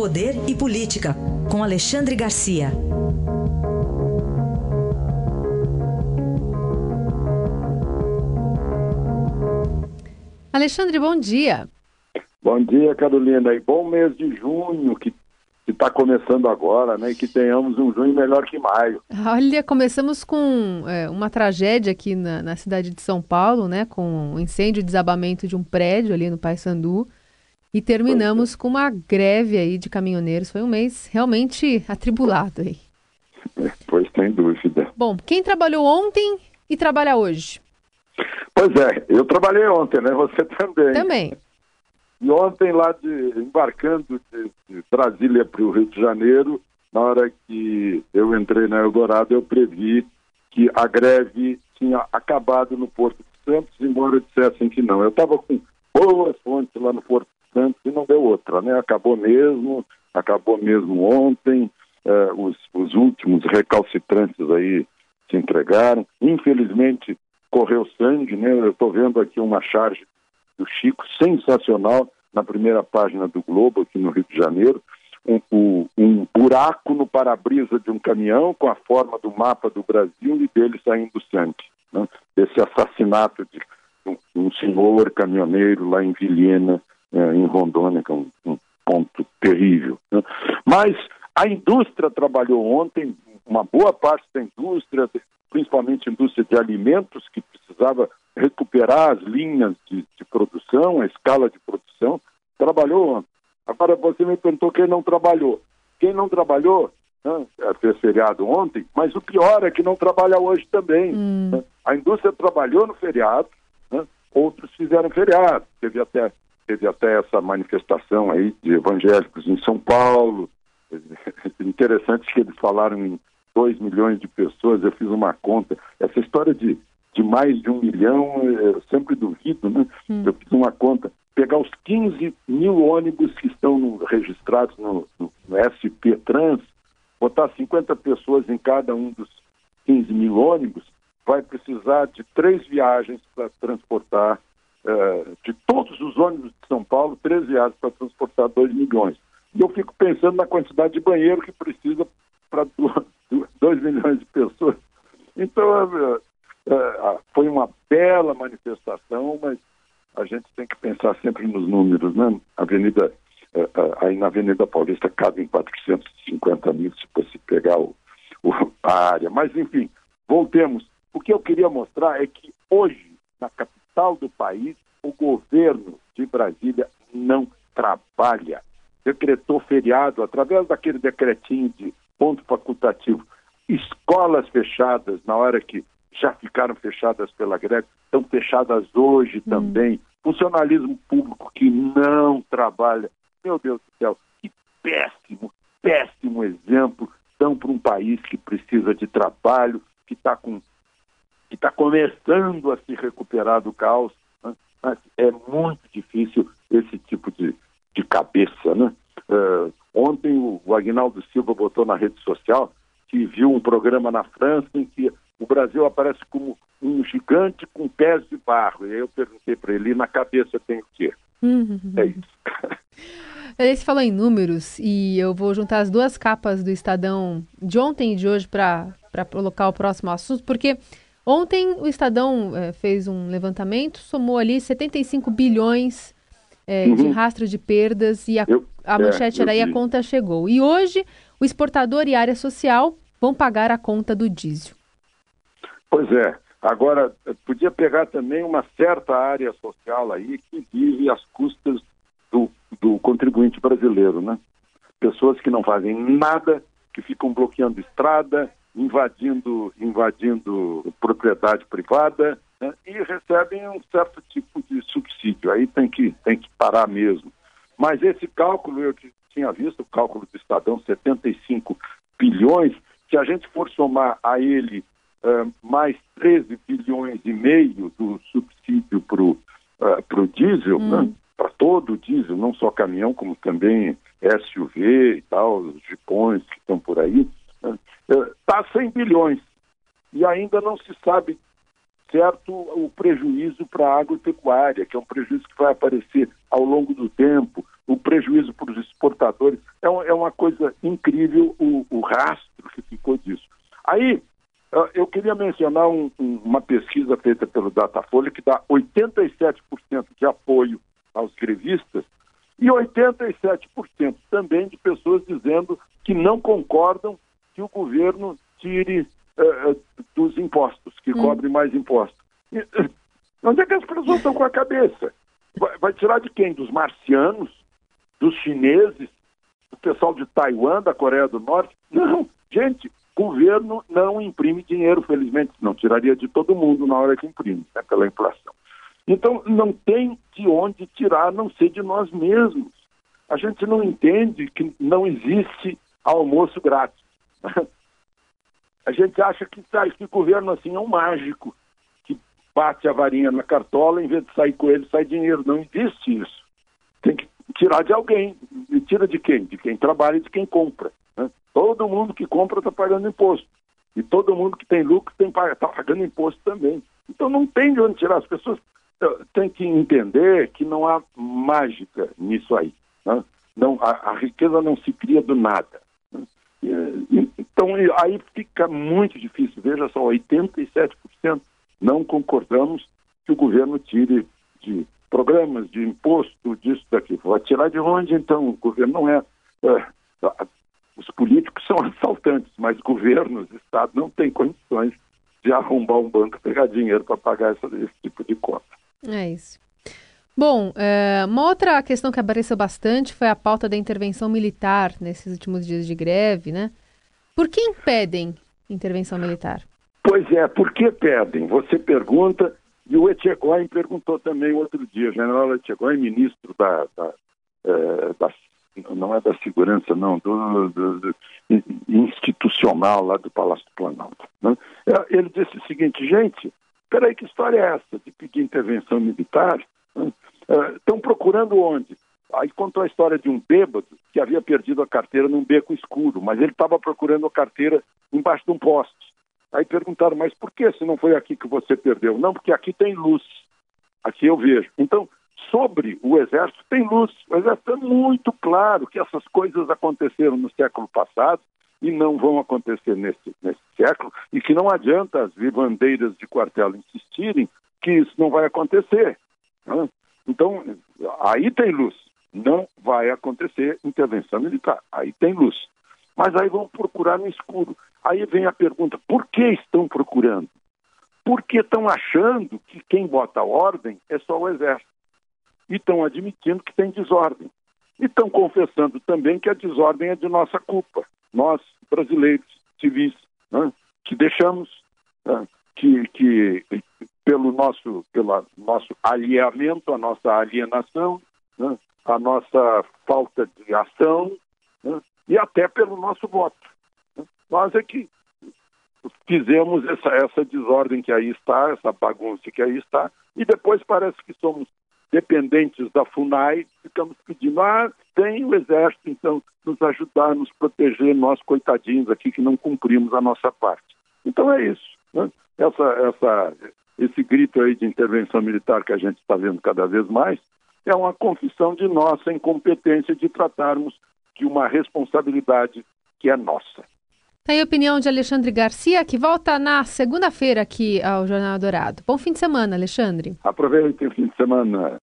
Poder e Política, com Alexandre Garcia. Alexandre, bom dia. Bom dia, Carolina. E bom mês de junho, que está começando agora, né? E que tenhamos um junho melhor que maio. Olha, começamos com uma tragédia aqui na cidade de São Paulo, né? Com um incêndio e desabamento de um prédio ali no Paissandu. E terminamos com uma greve aí de caminhoneiros. Foi um mês realmente atribulado aí. Pois, sem dúvida. Bom, quem trabalhou ontem e trabalha hoje? Pois é, eu trabalhei ontem, né? Você também. Também. E ontem embarcando de Brasília para o Rio de Janeiro, na hora que eu entrei na Eldorado, eu previ que a greve tinha acabado no Porto de Santos, embora dissessem que não. Eu estava com boas fontes lá no Porto de Santos e não deu outra, né? Acabou mesmo ontem, os últimos recalcitrantes aí se entregaram. Infelizmente, correu sangue, né? Eu estou vendo aqui uma charge do Chico, sensacional, na primeira página do Globo, aqui no Rio de Janeiro, um buraco no para-brisa de um caminhão com a forma do mapa do Brasil e dele saindo sangue, né? Esse assassinato de um senhor caminhoneiro lá em Vilhena, em Rondônia, que é um ponto terrível, né? Mas a indústria trabalhou ontem, uma boa parte da indústria, principalmente a indústria de alimentos, que precisava recuperar as linhas de produção, a escala de produção, trabalhou ontem. Agora, você me perguntou quem não trabalhou. Quem não trabalhou, né, fez feriado ontem, mas o pior é que não trabalha hoje também. Né? A indústria trabalhou no feriado, né, outros fizeram feriado. Teve até essa manifestação aí de evangélicos em São Paulo. Interessante que eles falaram em 2 milhões de pessoas. Eu fiz uma conta. Essa história de mais de 1 milhão, eu sempre duvido, né? Eu fiz uma conta. Pegar os 15 mil ônibus que estão registrados no SP Trans, botar 50 pessoas em cada um dos 15 mil ônibus, vai precisar de 3 viagens para transportar, de todos os ônibus de São Paulo, 3 viagens para transportar 2 milhões. E eu fico pensando na quantidade de banheiro que precisa para 2 milhões de pessoas. Então, foi uma bela manifestação, mas a gente tem que pensar sempre nos números, né? Aí na Avenida Paulista cabem 450 mil se você pegar a área. Mas, enfim, voltemos. O que eu queria mostrar é que hoje, na capital do país, o governo de Brasília não trabalha. Decretou feriado através daquele decretinho de ponto facultativo. Escolas fechadas na hora que já ficaram fechadas pela greve, estão fechadas hoje também. Funcionalismo público que não trabalha. Meu Deus do céu, que péssimo exemplo dão para um país que precisa de trabalho, que está começando a se recuperar do caos, né? Mas é muito difícil esse tipo de cabeça, né? Ontem o Aguinaldo Silva botou na rede social que viu um programa na França em que o Brasil aparece como um gigante com pés de barro. E aí eu perguntei para ele, na cabeça tem o quê? É isso. Ele falou em números e eu vou juntar as 2 capas do Estadão de ontem e de hoje para colocar o próximo assunto, porque ontem o Estadão fez um levantamento, somou ali 75 bilhões de rastro de perdas e a manchete era aí, a conta chegou. E hoje o exportador e a área social vão pagar a conta do diesel. Pois é. Agora, podia pegar também uma certa área social aí que vive às custas do contribuinte brasileiro, né? Pessoas que não fazem nada, que ficam bloqueando estrada, invadindo propriedade privada, né? E recebem um certo tipo de subsídio. Aí tem que parar mesmo. Mas esse cálculo, eu tinha visto o cálculo do Estadão, 75 bilhões, se a gente for somar a ele mais 13 bilhões e meio do subsídio para o diesel, né? Para todo o diesel, não só caminhão, como também SUV e tal, os jipões que estão por aí, está 100 bilhões. E ainda não se sabe certo o prejuízo para a agropecuária, que é um prejuízo que vai aparecer ao longo do tempo, o prejuízo para os exportadores. incrível o rastro que ficou disso. Aí, eu queria mencionar uma pesquisa feita pelo Datafolha que dá 87% de apoio aos grevistas e 87% também de pessoas dizendo que não concordam que o governo tire dos impostos, que cobre mais impostos. E, onde é que as pessoas estão com a cabeça? Vai tirar de quem? Dos marcianos? Dos chineses? Do pessoal de Taiwan, da Coreia do Norte? Não, gente, governo não imprime dinheiro, felizmente, não tiraria de todo mundo na hora que imprime, né, pela inflação. Então, não tem de onde tirar, a não ser de nós mesmos. A gente não entende que não existe almoço grátis. A gente acha que o governo assim é um mágico, que bate a varinha na cartola, em vez de sair coelho, sai dinheiro. Não existe isso. Tem que tirar de alguém. E tira de quem? De quem trabalha e de quem compra. Né? Todo mundo que compra está pagando imposto. E todo mundo que tem lucro está pagando imposto também. Então não tem de onde tirar. As pessoas têm que entender que não há mágica nisso aí. Né? Não, a riqueza não se cria do nada. Né? Então aí fica muito difícil. Veja só, 87% não concordamos que o governo tire de programas, de imposto, disso, daquilo. Vai tirar de onde, então? O governo não é... Os políticos são assaltantes, mas governos, Estado, não tem condições de arrombar um banco e pegar dinheiro para pagar esse tipo de conta. É isso. Bom, uma outra questão que apareceu bastante foi a pauta da intervenção militar nesses últimos dias de greve, né? Por que impedem intervenção militar? Pois é, por que pedem? Você pergunta, e o Etchegóin perguntou também outro dia, o general Etchegóin, ministro não é da segurança, não, do institucional lá do Palácio do Planalto. Né? Ele disse o seguinte, gente, peraí, que história é essa de pedir intervenção militar? Estão procurando onde? Aí contou a história de um bêbado que havia perdido a carteira num beco escuro, mas ele estava procurando a carteira embaixo de um poste. Aí perguntaram, mas por que se não foi aqui que você perdeu? Não, porque aqui tem luz, aqui eu vejo. Então, sobre o Exército tem luz. O Exército é muito claro que essas coisas aconteceram no século passado e não vão acontecer nesse século, e que não adianta as vivandeiras de quartel insistirem que isso não vai acontecer. Né? Então, aí tem luz. Não vai acontecer intervenção militar. Aí tem luz. Mas aí vão procurar no escuro. Aí vem a pergunta, por que estão procurando? Porque estão achando que quem bota ordem é só o Exército. E estão admitindo que tem desordem. E estão confessando também que a desordem é de nossa culpa. Nós, brasileiros, civis, né, que deixamos, que pelo nosso alheamento, a nossa alienação, né, a nossa falta de ação, né, e até pelo nosso voto. Né. Nós é que fizemos essa desordem que aí está, essa bagunça que aí está, e depois parece que somos dependentes da FUNAI, ficamos pedindo, tem o Exército, então, nos ajudar, nos proteger, nós, coitadinhos aqui, que não cumprimos a nossa parte. Então é isso. Né? Esse grito aí de intervenção militar que a gente está vendo cada vez mais é uma confissão de nossa incompetência de tratarmos de uma responsabilidade que é nossa. Tem a opinião de Alexandre Garcia, que volta na segunda-feira aqui ao Jornal Dourado. Bom fim de semana, Alexandre. Aproveitem o fim de semana.